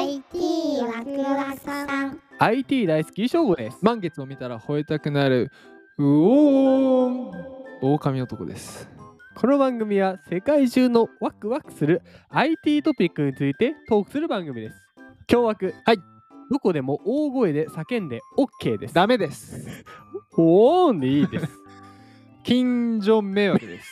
IT ワクワクさん。 IT 大好き翔吾です。 満月を見たら吠えたくなるうおーん狼男です。 この番組は世界中のワクワクする IT トピックについてトークする番組です。凶悪。 はい。 どこでも大声で叫んで OK です。 ダメです。 おーんでいいです。 近所迷惑です。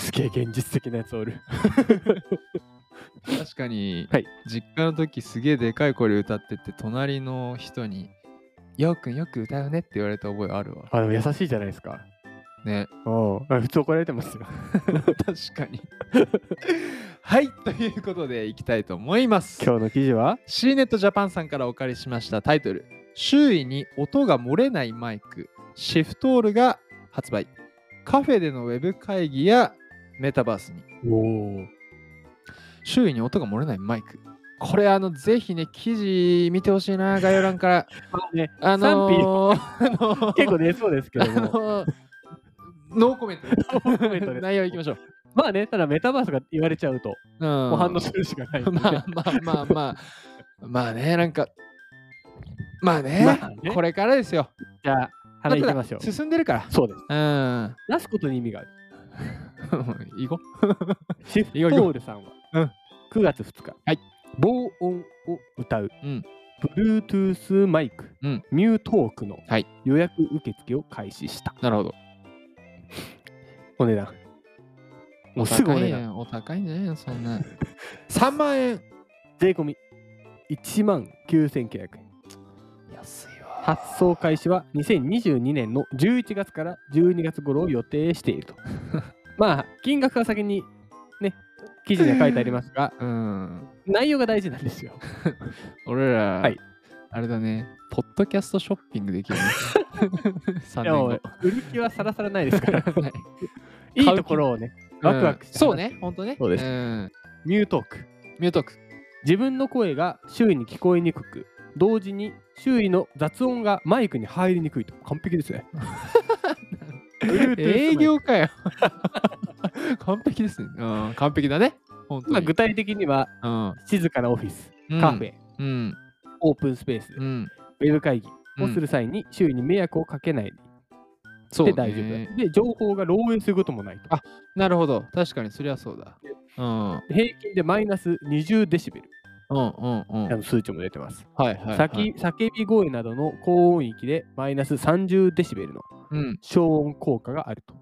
すげえ現実的なやつおる。 確かに、 はい、 実家の時すげえでかい声で歌ってて、隣の人によくんよく歌うねって言われた覚えあるわ。 でも優しいじゃないですか。 ね。 普通怒られてますよ。 確かに。はい、ということでいきたいと思います。 今日の記事は C ネットジャパンさんからお借りしました。タイトル、周囲に音が漏れないマイクシフトールが発売。カフェでのウェブ会議やメタバースに周囲に音が漏れないマイク。これぜひね、記事見てほしいな、概要欄から。 賛否結構出そうですけども。 ノーコメントで。 ノーコメントで内容いきましょう。 まあね、ただメタバースが言われちゃうと、もう反応するしかないんでね。 まあね、なんか、まあね、これからですよ。 じゃあ、話いきましょう。 進んでるから。 そうです。出すことに意味がある。 いい子シフトールさんは9月2日、防音を歌う、Bluetooth マイク、ミュートークの予約受付を開始した。 なるほど。 お値段。もうすぐお値段。 お高いね、そんな。3万円。 税込み19,900円。 安いわ。 発送開始は2022年の11月から12月頃を予定していると。まあ、金額は先にね、記事には書いてありますが、内容が大事なんですよ。 俺ら、あれだね、ポッドキャストショッピングできるね。3年後。 売り気はさらさらないですから。いいところをね、ワクワクして。 そうね、ほんとね。 そうです。ミュートーク。 ミュートーク。 自分の声が周囲に聞こえにくく、同時に周囲の雑音がマイクに入りにくいと。完璧ですね。 営業かよ。完璧ですね。完璧だね。 具体的には、静かなオフィス、カフェ、オープンスペース、ウェブ会議をする際に周囲に迷惑をかけないで大丈夫だ。で、情報が漏洩することもないと。 なるほど。確かにそりゃそうだ。 平均でマイナス20デシベル。数値も出てます。叫び声などの高音域でマイナス30デシベルの消音効果があると。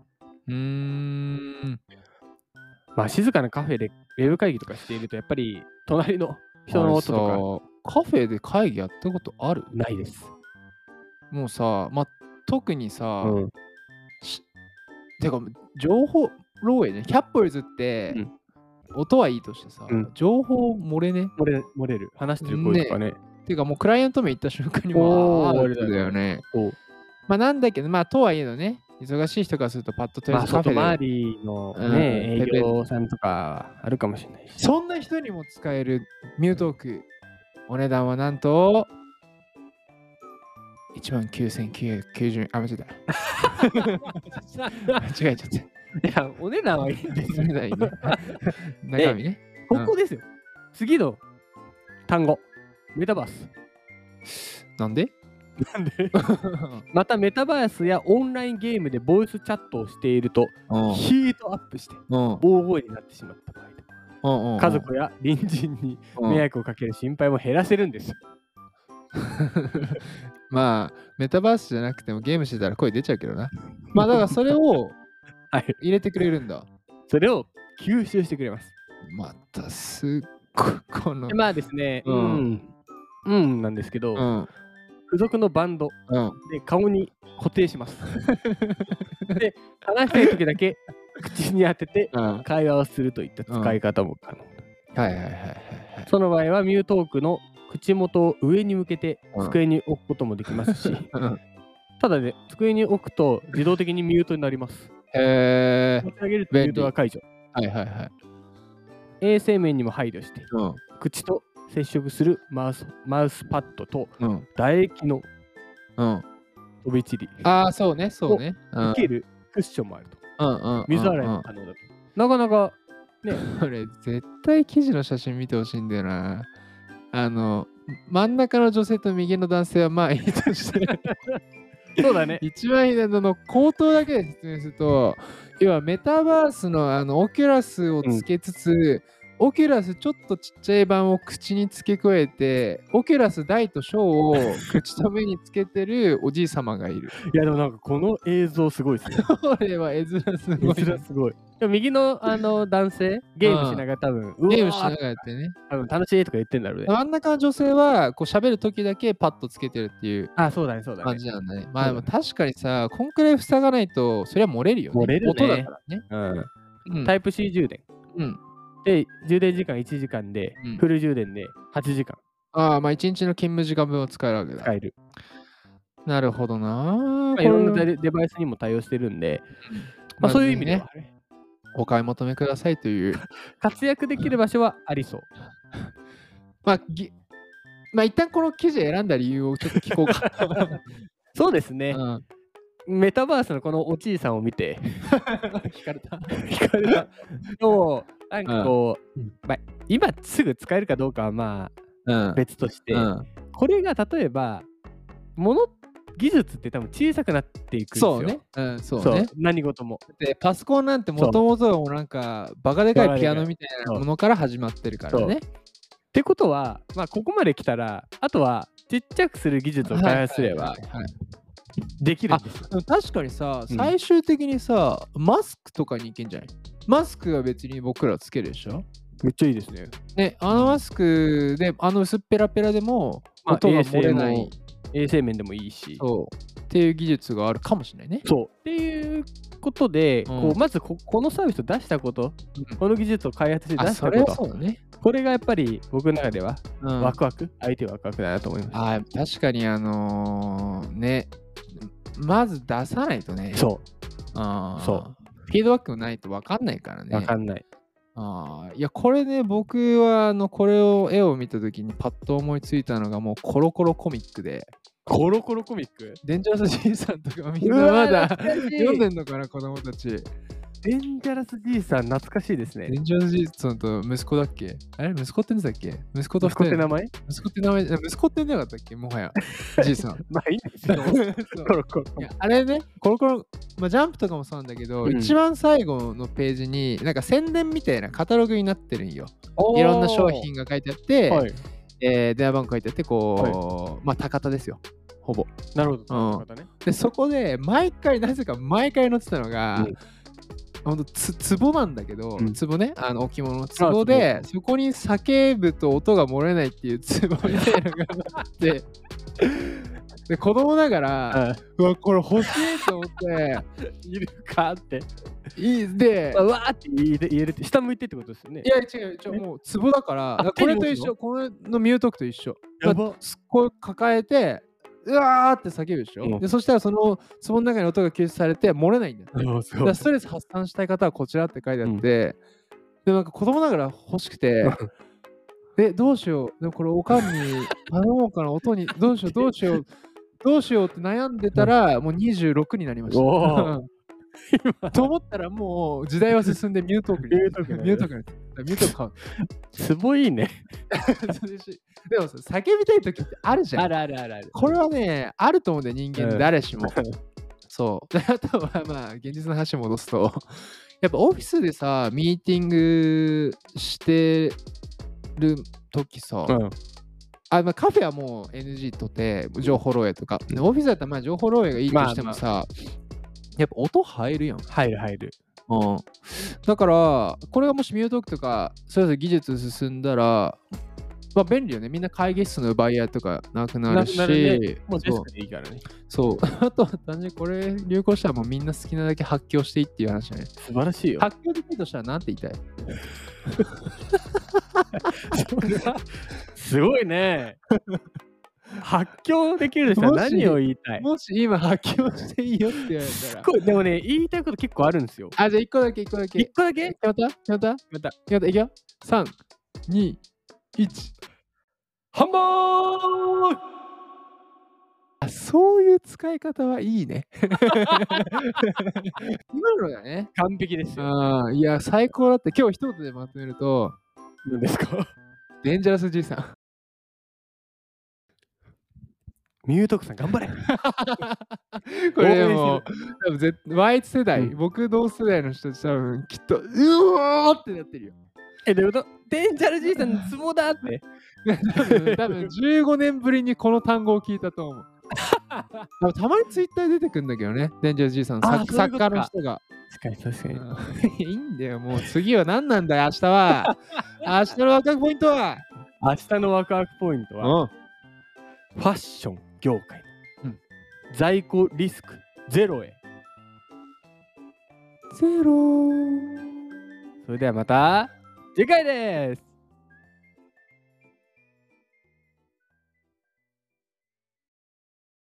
まあ静かなカフェでウェブ会議とかしているとやっぱり隣の人の音とか。カフェで会議やったことある？ ないです。 もうさ、特にさ、てか情報漏洩ね、キャップルズって、音はいいとしてさ、情報漏れね。 漏れる。話してる声とかね。 てかもうクライアント名言った瞬間にもうだよね。なんだけど、とはいえどね、忙しい人からするとパッととりあえずカフェで。 外回りのね、営業さんとかあるかもしれないし。 そんな人にも使えるミュートーク。お値段はなんと19,990円。間違えた。間違えちゃった。 いや、お値段はいいんですよ。 中身ね。 ここですよ。次の単語。メタバース。 なんでまたメタバースやオンラインゲームでボイスチャットをしているとヒートアップして大声になってしまった場合と家族や隣人に迷惑をかける心配も減らせるんですよ。 メタバースじゃなくてもゲームしてたら声出ちゃうけどな。だからそれを入れてくれるんだ。 それを吸収してくれます。 またすっごいこの。 まあですね、なんですけど、付属のバンドで顔に固定します。で、話したい時だけ口に当てて会話をするといった使い方も可能。その場合はミュートークの口元を上に向けて机に置くこともできますし、ただね、机に置くと自動的にミュートになります。持ち上げるとミュートが解除。衛生面にも配慮して、口と接触するマウスパッドと唾液の飛び散り。 そうね。 受けるクッションもあると。水洗いも可能だと。なかなかね。 これ絶対記事の写真見てほしいんだよな。 真ん中の女性と右の男性はまあいいとして、 そうだね。 一番いいの口頭だけで説明すると、要はメタバースのオキュラスをつけつつ、オキュラスちょっとちっちゃい版を口に付け加えて、オキュラス大と小を口と目につけてるおじい様がいる。 いやでもなんかこの映像すごいですね。 これは絵面すごい。 絵面すごい。でも右の男性、ゲームしながら多分、 ゲームしながらやってね。 多分楽しいとか言ってんだろうね。 真ん中の女性はこう喋るときだけパッとつけてるっていうそうだね、そうだね。 感じなんだね。まあでも確かにさ、こんくらい塞がないと、それは漏れるよね。 漏れるね。 音だからね。 タイプ C 充電。で、充電時間1時間で、フル充電で8時間。 まあ1日の勤務時間分を使えるわけだ。 使える。 なるほどな。 いろんなデバイスにも対応してるんで、そういう意味ではね。 お買い求めくださいという。 活躍できる場所はありそう。 まあ一旦この記事選んだ理由をちょっと聞こうか。 そうですね。メタバースのこのおじいさんを見て聞かれた。 と、なんかこう、今すぐ使えるかどうかはまあ別として、これが例えば技術って多分小さくなっていくんですよ。そうね。何事も。 で、パソコンなんてもともとなんかバカでかいピアノみたいなものから始まってるからね。 ってことは、まあここまで来たら、あとはちっちゃくする技術を開発すればできるんですよ。 確かにさ、最終的にさ、マスクとかにいけんじゃない？マスクは別に僕らつけるでしょ？ めっちゃいいですね。 ね、マスクで、薄っぺらぺらでも音が漏れない。 衛生面でもいいし。 っていう技術があるかもしれないね。 っていうことで、まずこのサービスを出したこと、この技術を開発して出したこと。これがやっぱり僕の中ではワクワク、相手ワクワクだなと思います。 確かにね、まず出さないとね。フィードバックがないと分かんないからね。 分かんない。 いや、これね、僕はこれを絵を見たときにパッと思いついたのがもうコロコロコミックで。 コロコロコミック？ デンジャラスじいさんとかみんなまだ読んでんのかな、子供たち。 デンジャラスじいさん懐かしいですね。 デンジャラスじいさんと息子だっけ？あれ息子って何だっけ？息子って名前？ 息子って名前、息子ってなかったっけ？もはや。じいさん。 まあいいんですよ。コロコロ。 あれね、コロコロ、ジャンプとかもそうなんだけど、一番最後のページになんか宣伝みたいなカタログになってるんよ。いろんな商品が書いてあって、電話番号書いてあって、高田ですよ。ほぼ。 なるほど。 で、そこでなぜか毎回載ってたのが、ほんと壺なんだけど、壺ね、置物の壺で、そこに叫ぶと音が漏れないっていう壺みたいなのがあって、で、子供ながら、うわ、これ欲しいと思って、 いるかって。 で、 わーって言えるって、下向いてってことですよね。 いや、違う、もう壺だから、これと一緒、これのミュートークと一緒。こう抱えて、うわーって叫ぶでしょ、でそしたらその壺の中に音が吸収されて漏れないんだって。ストレス発散したい方はこちらって書いてあって、でなんか子供ながら欲しくてどうしよう、でもこれおかんに頼もうかな、音にどうしようって悩んでたらもう26になりました。と思ったらもう時代は進んでミュートーク買う。 すごいね。 でもさ、叫びたい時ってあるじゃん。 ある。 これはね、あると思うんだよ、人間誰しも。そう。あとはまあ、現実の話戻すと、やっぱオフィスでさ、ミーティングしてる時さ、カフェはもう NG とって情報漏洩とか、オフィスだったらまあ情報漏洩がいいとしてもさ、やっぱ音入るやん。 入る。 だから、これがもしミュートークとか、それぞれ技術進んだら、まあ便利よね。みんな会議室の奪い合いとかなくなるし、 もうデスクでいいからね。 そう。あとは単純にこれ流行したらもうみんな好きなだけ発狂していいっていう話ね。 素晴らしいよ。 発狂できるとしたらなんて言いたい？ すごいね。発狂できる人は何を言いたい？ もし今発狂していいよって言われたら。 でもね、言いたいこと結構あるんですよ。 じゃあ1個だけ。 1個だけ？ 決まった？いくよ。3、2、1。ハンバーグ！そういう使い方はいいね。今のだね。 完璧ですよ。 いや、最高だって。今日一言でまとめると、 何ですか？ デンジャラスじいさん。 ミュートクさん頑張れ。 これもう、多分Y 世代、僕同世代の人たち多分きっと、うわーってなってるよ。 どういうこと？デンジャルじいさん、ツボだって。 多分15年ぶりにこの単語を聞いたと思う。たまにツイッター出てくるんだけどね、デンジャルじいさん、作家の人が。 確かに。 いいんだよ、もう次は何なんだよ、明日は。明日のワクワクポイントは明日のワクワクポイントは、ファッション業界の在庫リスクゼロへ。 ゼロ。 それではまた次回です。